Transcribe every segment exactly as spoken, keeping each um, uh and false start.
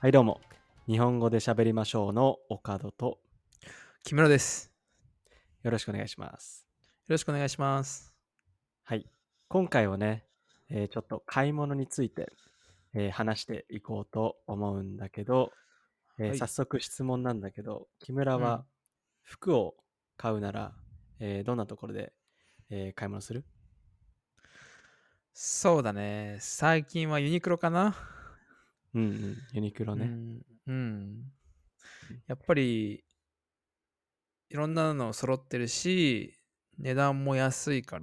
はいどうも。日本語で喋りましょうの岡戸と木村です。 よろしくお願いします。 よろしくお願いします。 はい。今回はね、えーちょっと買い物について、えー話していこうと思うんだけど、えーはい。 早速質問なんだけど、木村はうん。 服を買うなら、えーどんなところで、えー買い物する？ そうだね。最近はユニクロかな。 うんうん。ユニクロね。 うん。うん。 うんやっぱり、いろんなの揃ってるし、値段も安いから、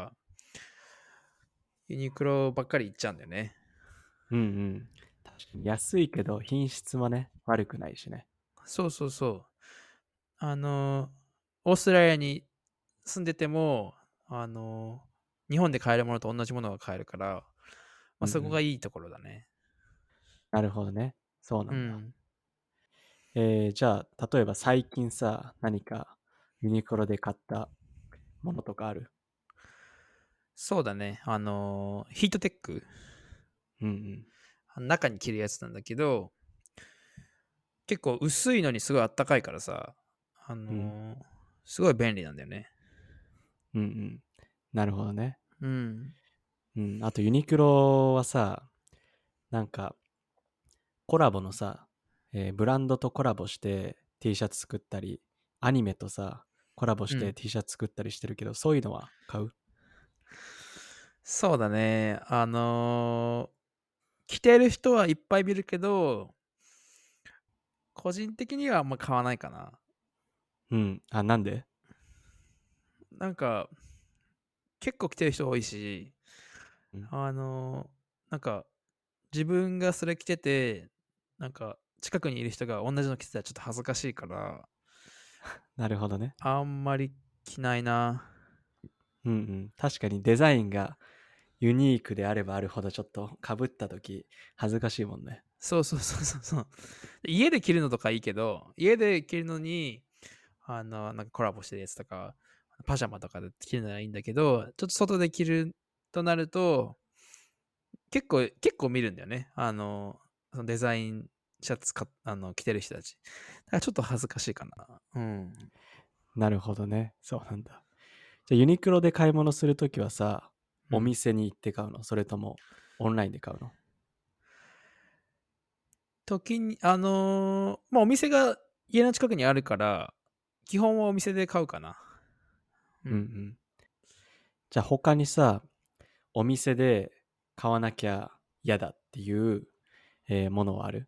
ユニクロばっかり行っちゃうんだよね。 うんうん。確かに安いけど品質もね、悪くないしね。 そうそうそう。あの、オーストラリアに住んでても、あの、日本で買えるものと同じものが買えるから、まあ、そこがうんうん。 いいところだね。 なるほどね。そうなんだ。 うん。 えー、じゃあ、例えば最近さ、何かユニクロで買ったものとかある？ そうだね。あの、ヒートテック。 うんうん。 中に着るやつなんだけど、結構薄いのにすごいあったかいからさ、あのうん。 ーすごい便利なんだよね。 うんうん。なるほどね。 うん。 うん。あとユニクロはさ、なんかコラボのさ、えーブランドとコラボして T シャツ作ったり、アニメとさ、コラボしてうん。 T シャツ作ったりしてるけど、そういうのは買う？ そうだね。あのー着てる人はいっぱい見るけど、個人的にはあんま買わないかな。 うん。あ、なんで？ なんか、結構着てる人多いし、 うん。 あのーなんか、自分がそれ着てて、なんか、近くにいる人が同じの着てたらちょっと恥ずかしいから、 なるほどね。 あんまり着ないな。 うんうん。確かにデザインがユニークであればあるほどちょっと被った時恥ずかしいもんね。 そうそうそうそうそう。家で着るのとかいいけど、家で着るのに、あの、なんかコラボしてるやつとか、パジャマとかで着るのはいいんだけど、ちょっと外で着るとなると、結構、結構見るんだよね。あの、そのデザインシャツかあの着てる人たち。だからちょっと恥ずかしいかな。うん。 なるほどね。そうなんだ。じゃあユニクロで買い物するときはさ、おうん。 店に行って買うの？それともオンラインで買うの？ 時に、あのーまあ、お店が家の近くにあるから、基本はお店で買うかな。うん。 うんうん。じゃあ他にさ、お店で買わなきゃ嫌だっていう、えーものはある？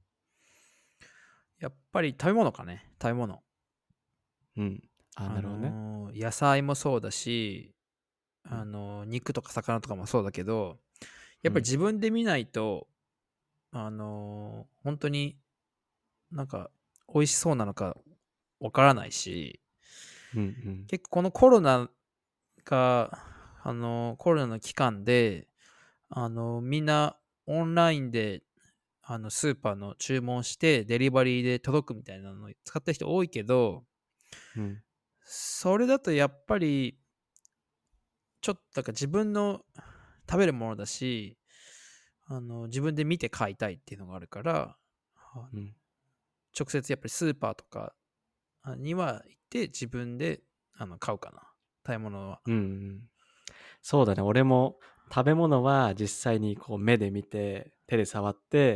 やっぱり食べ物かね。食べ物。 うん。あ、 あなるほどね。 のー野菜もそうだし、 うん。 あのー肉とか魚とかもそうだけど、やっぱりうん。 自分で見ないと、あのー本当になんか美味しそうなのかわからないし、 うんうん。 結構このコロナが、あのーコロナの期間で、あのーみんなオンラインであのスーパーの注文してデリバリーで届くみたいなのを使ってる人多いけど、 うん。 それだとやっぱりちょっとなんか自分の食べるものだし、あの自分で見て買いたいっていうのがあるから、あのうん。 直接やっぱりスーパーとかには行って自分であの買うかな。食べ物は。 うんうん。そうだね。俺も食べ物は実際にこう目で見て、手で触って、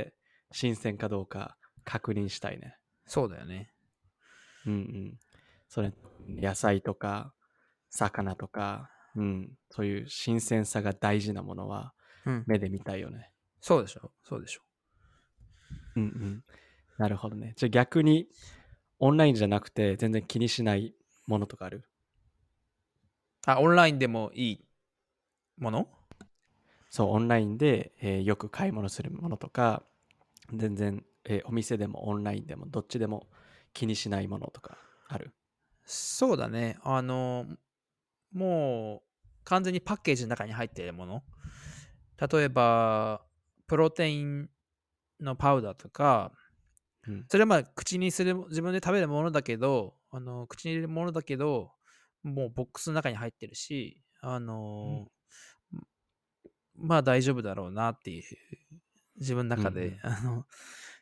新鮮かどうか確認したいね。 そうだよね。 うんうん。それ、野菜とか、魚とか、うん、そういう新鮮さが大事なものはうん。 目で見たいよね。 そうでしょ。そうでしょ。 うんうん。なるほどね。じゃあ逆にオンラインじゃなくて全然気にしないものとかある？ あ、オンラインでもいいもの。 そう、オンラインで、えーよく買い物するものとか、全然、えーお店でもオンラインでもどっちでも気にしないものとかある？ そうだね。あの、もう完全にパッケージの中に入っているもの。例えば、プロテインのパウダーとか、 うん。 それはまあ口にする、自分で食べるものだけど、あの口に入れるものだけど、もうボックスの中に入ってるし、あうん。 のまあ大丈夫だろうなっていう、自分の中で、 うんうん。 あの、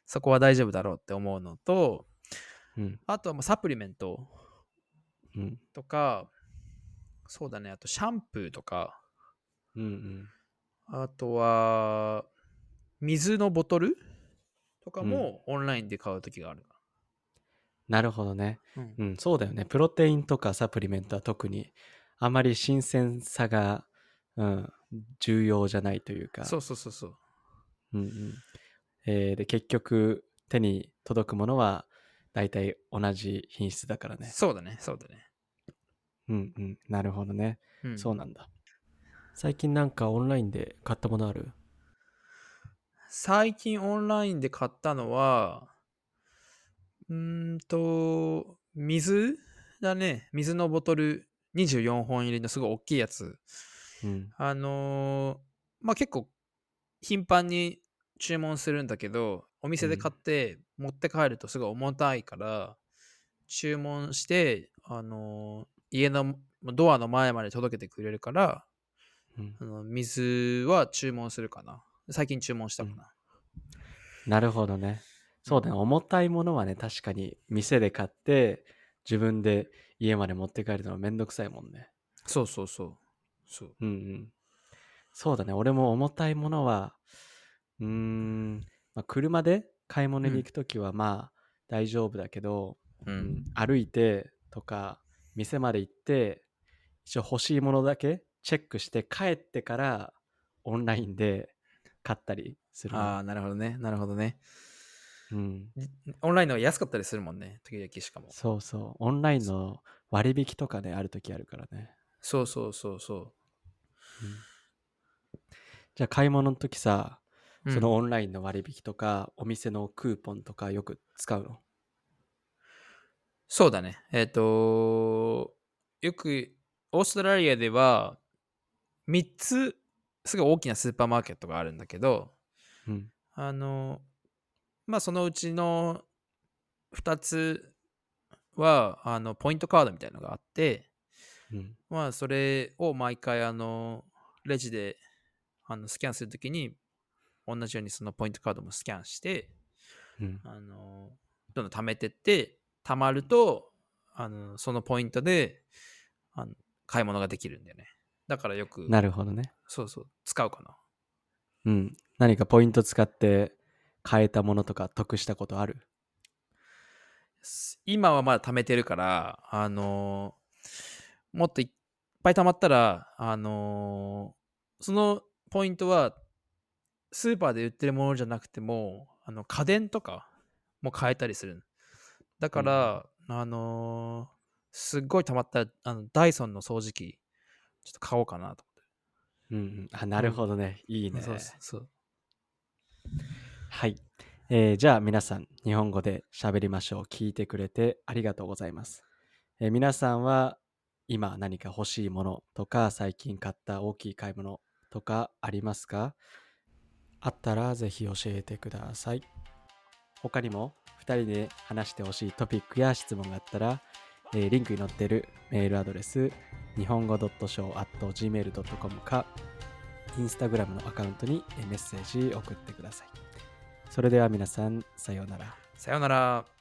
そこは大丈夫だろうって思うのと、 うん。 あとはもうサプリメントうん。 とか、そうだね、あとシャンプーとか、 うんうん。 あとは水のボトルとかうんもオンラインで買うときがある。 なるほどね。 うん。 うん、そうだよね。プロテインとかサプリメントは特にあまり新鮮さが、うん、重要じゃないというか。 そうそうそうそう。 うんうんえーで、結局手に届くものは大体同じ品質だからね。 そうだね、そうだね。 うんうん。なるほどね。 うん、 そうなんだ。最近なんかオンラインで買ったものある？ 最近オンラインで買ったのは、うーんと、水だね。水のボトルにじゅうよんほん入りのすごい大きいやつ。 うん。 あのーまあ、結構頻繁に注文するんだけど、お店で買って持って帰るとすごい重たいから、注文して、あのー家のドアの前まで届けてくれるから、 うんあの水は注文するかな。最近注文したうんかな。 なるほどね。 うんそうだね。重たいものはね、確かに店で買って自分で家まで持って帰るのはめんどくさいもんね。 そうそうそう。そう。 うんうん。そうだね。俺も重たいものは、うーん、まあ、車で買い物に行くときはまあ大丈夫だけど、 ううん、 ん。 歩いてとか店まで行って一応欲しいものだけチェックして帰ってからオンラインで買ったりするね。 ああ、なるほどね。なるほどね。 うん。 オンラインの方が安かったりするもんね。時々しかも。 そうそう。オンラインの割引とかね、あるときあるからね。 そうそうそうそうん、じゃあ買い物のときさ、 う。うん。 そのオンラインの割引とか、お店のクーポンとかよく使うの？ そうだね。えっ、と、よく、オーストラリアでは、みっつ、すごい大きなスーパーマーケットがあるんだけど、 うん。 あの、まあ、そのうちのふたつは、あの、ポイントカードみたいなのがあって、 うん。 まあ、それを毎回、あの、レジで、あの、スキャンするときに、同じようにそのポイントカードもスキャンして、 うん。 あの、どんどん貯めてって、貯まると、あの、そのポイントで、あの買い物ができるんだよね。だからよく、 なるほどね。 そうそう、使うかな。 うん。何かポイント使って買えたものとか得したことある？ す今はまだ貯めてるから、あのもっといっぱい貯まったら、あのそのポイントはスーパーで売ってるものじゃなくても、あの家電とかも買えたりする。だかうんうん。 ら、あのーすっごい溜まったら、あのダイソンの掃除機、ちょっと買おうかなとうんうん。あ、な思って。 るほどね。いいうん。そうね。 そうそう。 はい。えーじゃあ皆さん、日本語で喋りましょう。聞いてくれてありがとうございます。えー皆さんは今何か欲しいものとか最近買った大きい買い物とかありますか？あったらぜひ教えてください。他にもふたりで話してほしいトピックや質問があったら、えーリンクに載っているメールアドレス日本語 .show アット ジーメール ドットコム かインスタグラムのアカウントにメッセージ送ってください。それでは皆さん、さようなら。 さようなら。